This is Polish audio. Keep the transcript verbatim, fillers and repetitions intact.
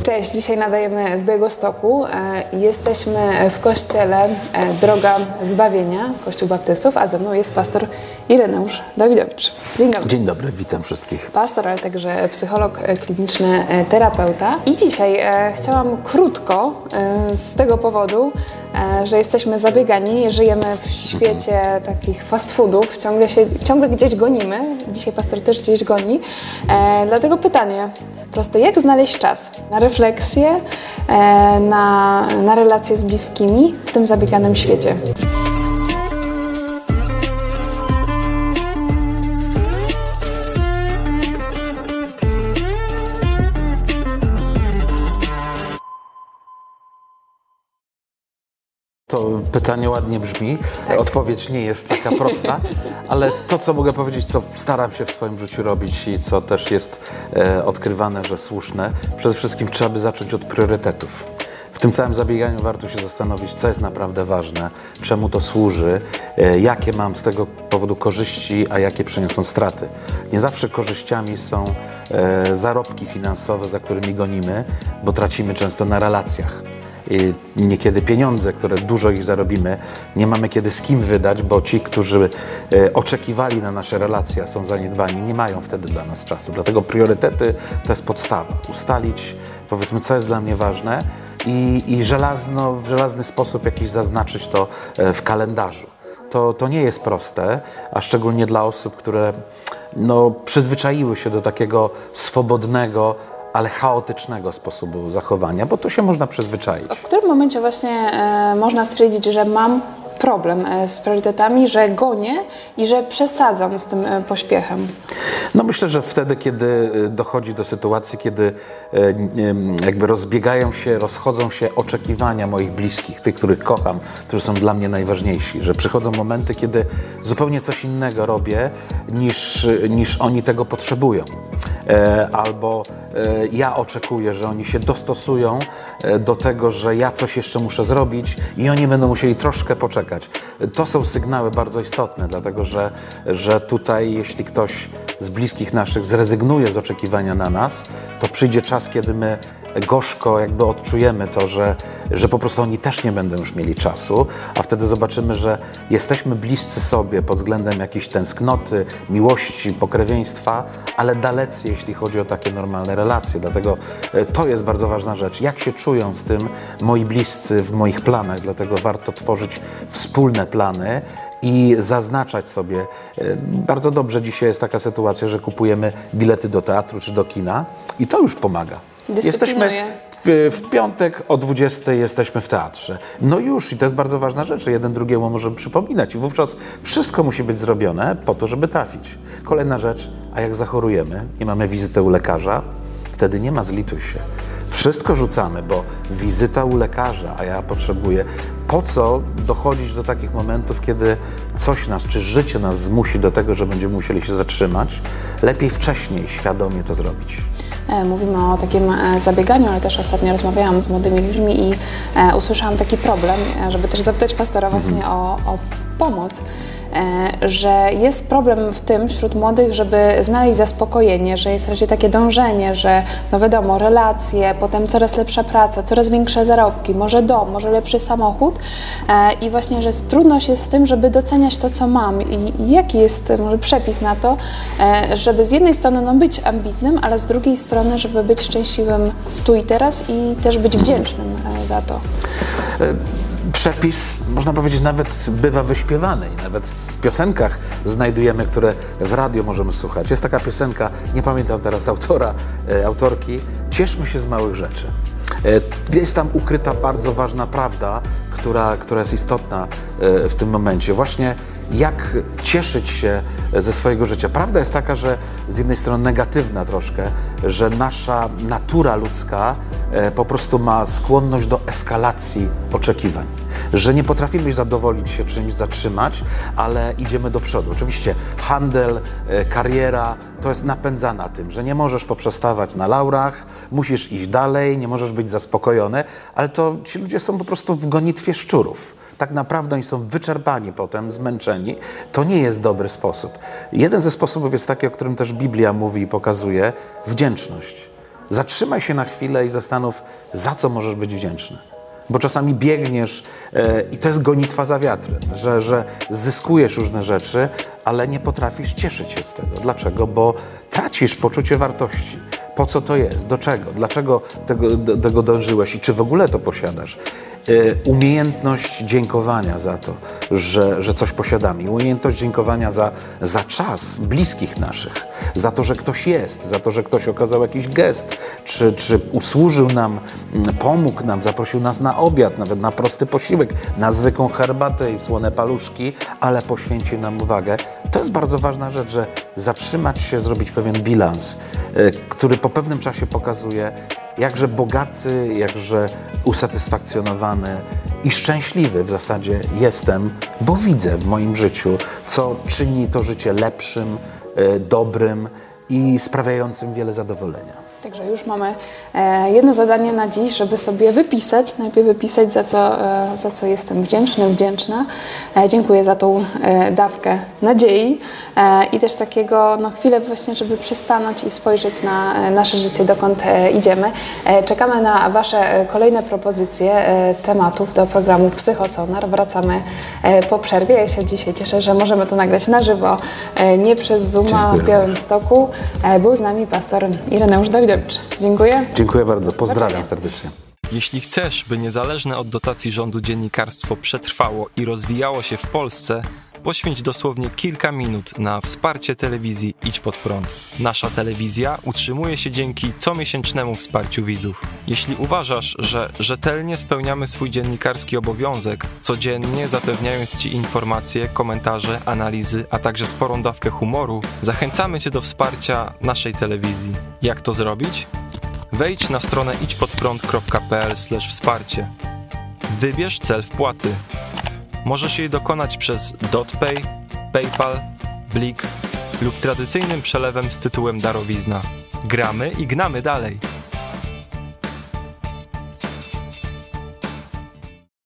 Cześć, dzisiaj nadajemy z Białegostoku. Jesteśmy w kościele Droga Zbawienia, Kościół Baptystów, a ze mną jest pastor Ireneusz Dawidowicz. Dzień dobry. Dzień dobry, witam wszystkich. Pastor, ale także psycholog kliniczny, terapeuta. I dzisiaj chciałam krótko z tego powodu, że jesteśmy zabiegani, żyjemy w świecie takich fast foodów, ciągle się, ciągle gdzieś gonimy. Dzisiaj pastor też gdzieś goni. Dlatego pytanie proste, jak znaleźć czas na refleksję, na, na relacje z bliskimi w tym zabieganym świecie? To pytanie ładnie brzmi, tak. Odpowiedź nie jest taka prosta, ale to, co mogę powiedzieć, co staram się w swoim życiu robić i co też jest e, odkrywane, że słuszne, przede wszystkim trzeba by zacząć od priorytetów. W tym całym zabieganiu warto się zastanowić, co jest naprawdę ważne, czemu to służy, e, jakie mam z tego powodu korzyści, a jakie przyniosą straty. Nie zawsze korzyściami są e, zarobki finansowe, za którymi gonimy, bo tracimy często na relacjach. I niekiedy pieniądze, które dużo ich zarobimy, nie mamy kiedy z kim wydać, bo ci, którzy e, oczekiwali na nasze relacje, a są zaniedbani, nie mają wtedy dla nas czasu. Dlatego priorytety to jest podstawa. Ustalić, powiedzmy, co jest dla mnie ważne i, i żelazno, w żelazny sposób jakiś zaznaczyć to e, w kalendarzu. To, to nie jest proste, a szczególnie dla osób, które no, przyzwyczaiły się do takiego swobodnego, ale chaotycznego sposobu zachowania, bo to się można przyzwyczaić. W którym momencie właśnie e, można stwierdzić, że mam problem e, z priorytetami, że gonię i że przesadzam z tym e, pośpiechem? No myślę, że wtedy, kiedy dochodzi do sytuacji, kiedy e, jakby rozbiegają się, rozchodzą się oczekiwania moich bliskich, tych, których kocham, którzy są dla mnie najważniejsi, że przychodzą momenty, kiedy zupełnie coś innego robię, niż, niż oni tego potrzebują. E, albo e, ja oczekuję, że oni się dostosują e, do tego, że ja coś jeszcze muszę zrobić i oni będą musieli troszkę poczekać. To są sygnały bardzo istotne, dlatego że, że tutaj, jeśli ktoś z bliskich naszych zrezygnuje z oczekiwania na nas, to przyjdzie czas, kiedy my gorzko jakby odczujemy to, że, że po prostu oni też nie będą już mieli czasu, a wtedy zobaczymy, że jesteśmy bliscy sobie pod względem jakiejś tęsknoty, miłości, pokrewieństwa, ale dalecy, jeśli chodzi o takie normalne relacje. Dlatego to jest bardzo ważna rzecz. Jak się czują z tym moi bliscy w moich planach, dlatego warto tworzyć wspólne plany i zaznaczać sobie. Bardzo dobrze dzisiaj jest taka sytuacja, że kupujemy bilety do teatru czy do kina i to już pomaga. Jesteśmy w, w piątek o dwudziestej jesteśmy w teatrze. No już, i to jest bardzo ważna rzecz, że jeden drugiemu możemy przypominać i wówczas wszystko musi być zrobione po to, żeby trafić. Kolejna rzecz, a jak zachorujemy i mamy wizytę u lekarza, wtedy nie ma zlituj się. Wszystko rzucamy, bo wizyta u lekarza, a ja potrzebuję. Po co dochodzić do takich momentów, kiedy coś nas, czy życie nas zmusi do tego, że będziemy musieli się zatrzymać? Lepiej wcześniej, świadomie to zrobić. Mówimy o takim zabieganiu, ale też ostatnio rozmawiałam z młodymi ludźmi i usłyszałam taki problem, żeby też zapytać pastora właśnie mhm. o, o pomoc, że jest problem w tym wśród młodych, żeby znaleźć zaspokojenie, że jest raczej takie dążenie, że no wiadomo, relacje, potem coraz lepsza praca, coraz większe zarobki, może dom, może lepszy samochód i właśnie, że trudność jest z tym, żeby doceniać to, co mam i jaki jest może przepis na to, żeby z jednej strony no, być ambitnym, ale z drugiej strony, żeby być szczęśliwym tu i teraz i też być wdzięcznym za to. Przepis, można powiedzieć, nawet bywa wyśpiewany i nawet w piosenkach znajdujemy, które w radio możemy słuchać. Jest taka piosenka, nie pamiętam teraz autora, e, autorki, Cieszmy się z małych rzeczy. E, jest tam ukryta bardzo ważna prawda, która, która jest istotna e, w tym momencie. Właśnie jak cieszyć się ze swojego życia. Prawda jest taka, że z jednej strony negatywna troszkę, że nasza natura ludzka e, po prostu ma skłonność do eskalacji oczekiwań. Że nie potrafimy zadowolić się czymś, zatrzymać, ale idziemy do przodu. Oczywiście handel, e, kariera to jest napędzana tym, że nie możesz poprzestawać na laurach, musisz iść dalej, nie możesz być zaspokojony, ale to ci ludzie są po prostu w gonitwie szczurów. Tak naprawdę oni są wyczerpani potem, zmęczeni. To nie jest dobry sposób. Jeden ze sposobów jest taki, o którym też Biblia mówi i pokazuje, wdzięczność. zatrzymaj się na chwilę i zastanów, za co możesz być wdzięczny. Bo czasami biegniesz e, i to jest gonitwa za wiatrem, że, że zyskujesz różne rzeczy, ale nie potrafisz cieszyć się z tego. Dlaczego? Bo tracisz poczucie wartości. Po co to jest? Do czego? Dlaczego tego, do, tego dążyłeś i czy w ogóle to posiadasz? E, umiejętność dziękowania za to, że, że coś posiadamy. Umiejętność dziękowania za, za czas bliskich naszych. Za to, że ktoś jest, za to, że ktoś okazał jakiś gest, czy, czy usłużył nam, pomógł nam, zaprosił nas na obiad, nawet na prosty posiłek, na zwykłą herbatę i słone paluszki, ale poświęcił nam uwagę. To jest bardzo ważna rzecz, że zatrzymać się, zrobić pewien bilans, który po pewnym czasie pokazuje, jakże bogaty, jakże usatysfakcjonowany i szczęśliwy w zasadzie jestem, bo widzę w moim życiu, co czyni to życie lepszym, dobrym i sprawiającym wiele zadowolenia. Także już mamy e, jedno zadanie na dziś, żeby sobie wypisać, najpierw wypisać, za co, e, za co jestem wdzięczny, wdzięczna. E, dziękuję za tą e, dawkę nadziei e, i też takiego, no chwilę właśnie, żeby przystanąć i spojrzeć na e, nasze życie, dokąd e, idziemy. E, czekamy na Wasze kolejne propozycje e, tematów do programu Psychosonar. Wracamy e, po przerwie. Ja się dzisiaj cieszę, że możemy to nagrać na żywo, e, nie przez Zooma w Białymstoku. E, był z nami pastor Ireneusz Dawidowicz. Dziękuję. Dziękuję bardzo. Pozdrawiam serdecznie. Jeśli chcesz, by niezależne od dotacji rządu dziennikarstwo przetrwało i rozwijało się w Polsce, poświęć dosłownie kilka minut na wsparcie telewizji Idź Pod Prąd. Nasza telewizja utrzymuje się dzięki comiesięcznemu wsparciu widzów. Jeśli uważasz, że rzetelnie spełniamy swój dziennikarski obowiązek, codziennie zapewniając Ci informacje, komentarze, analizy, a także sporą dawkę humoru, zachęcamy Cię do wsparcia naszej telewizji. Jak to zrobić? Wejdź na stronę idźpodprąd kropka p l slash wsparcie. Wybierz cel wpłaty. Możesz jej dokonać przez DotPay, PayPal, Blik lub tradycyjnym przelewem z tytułem darowizna. Gramy i gnamy dalej!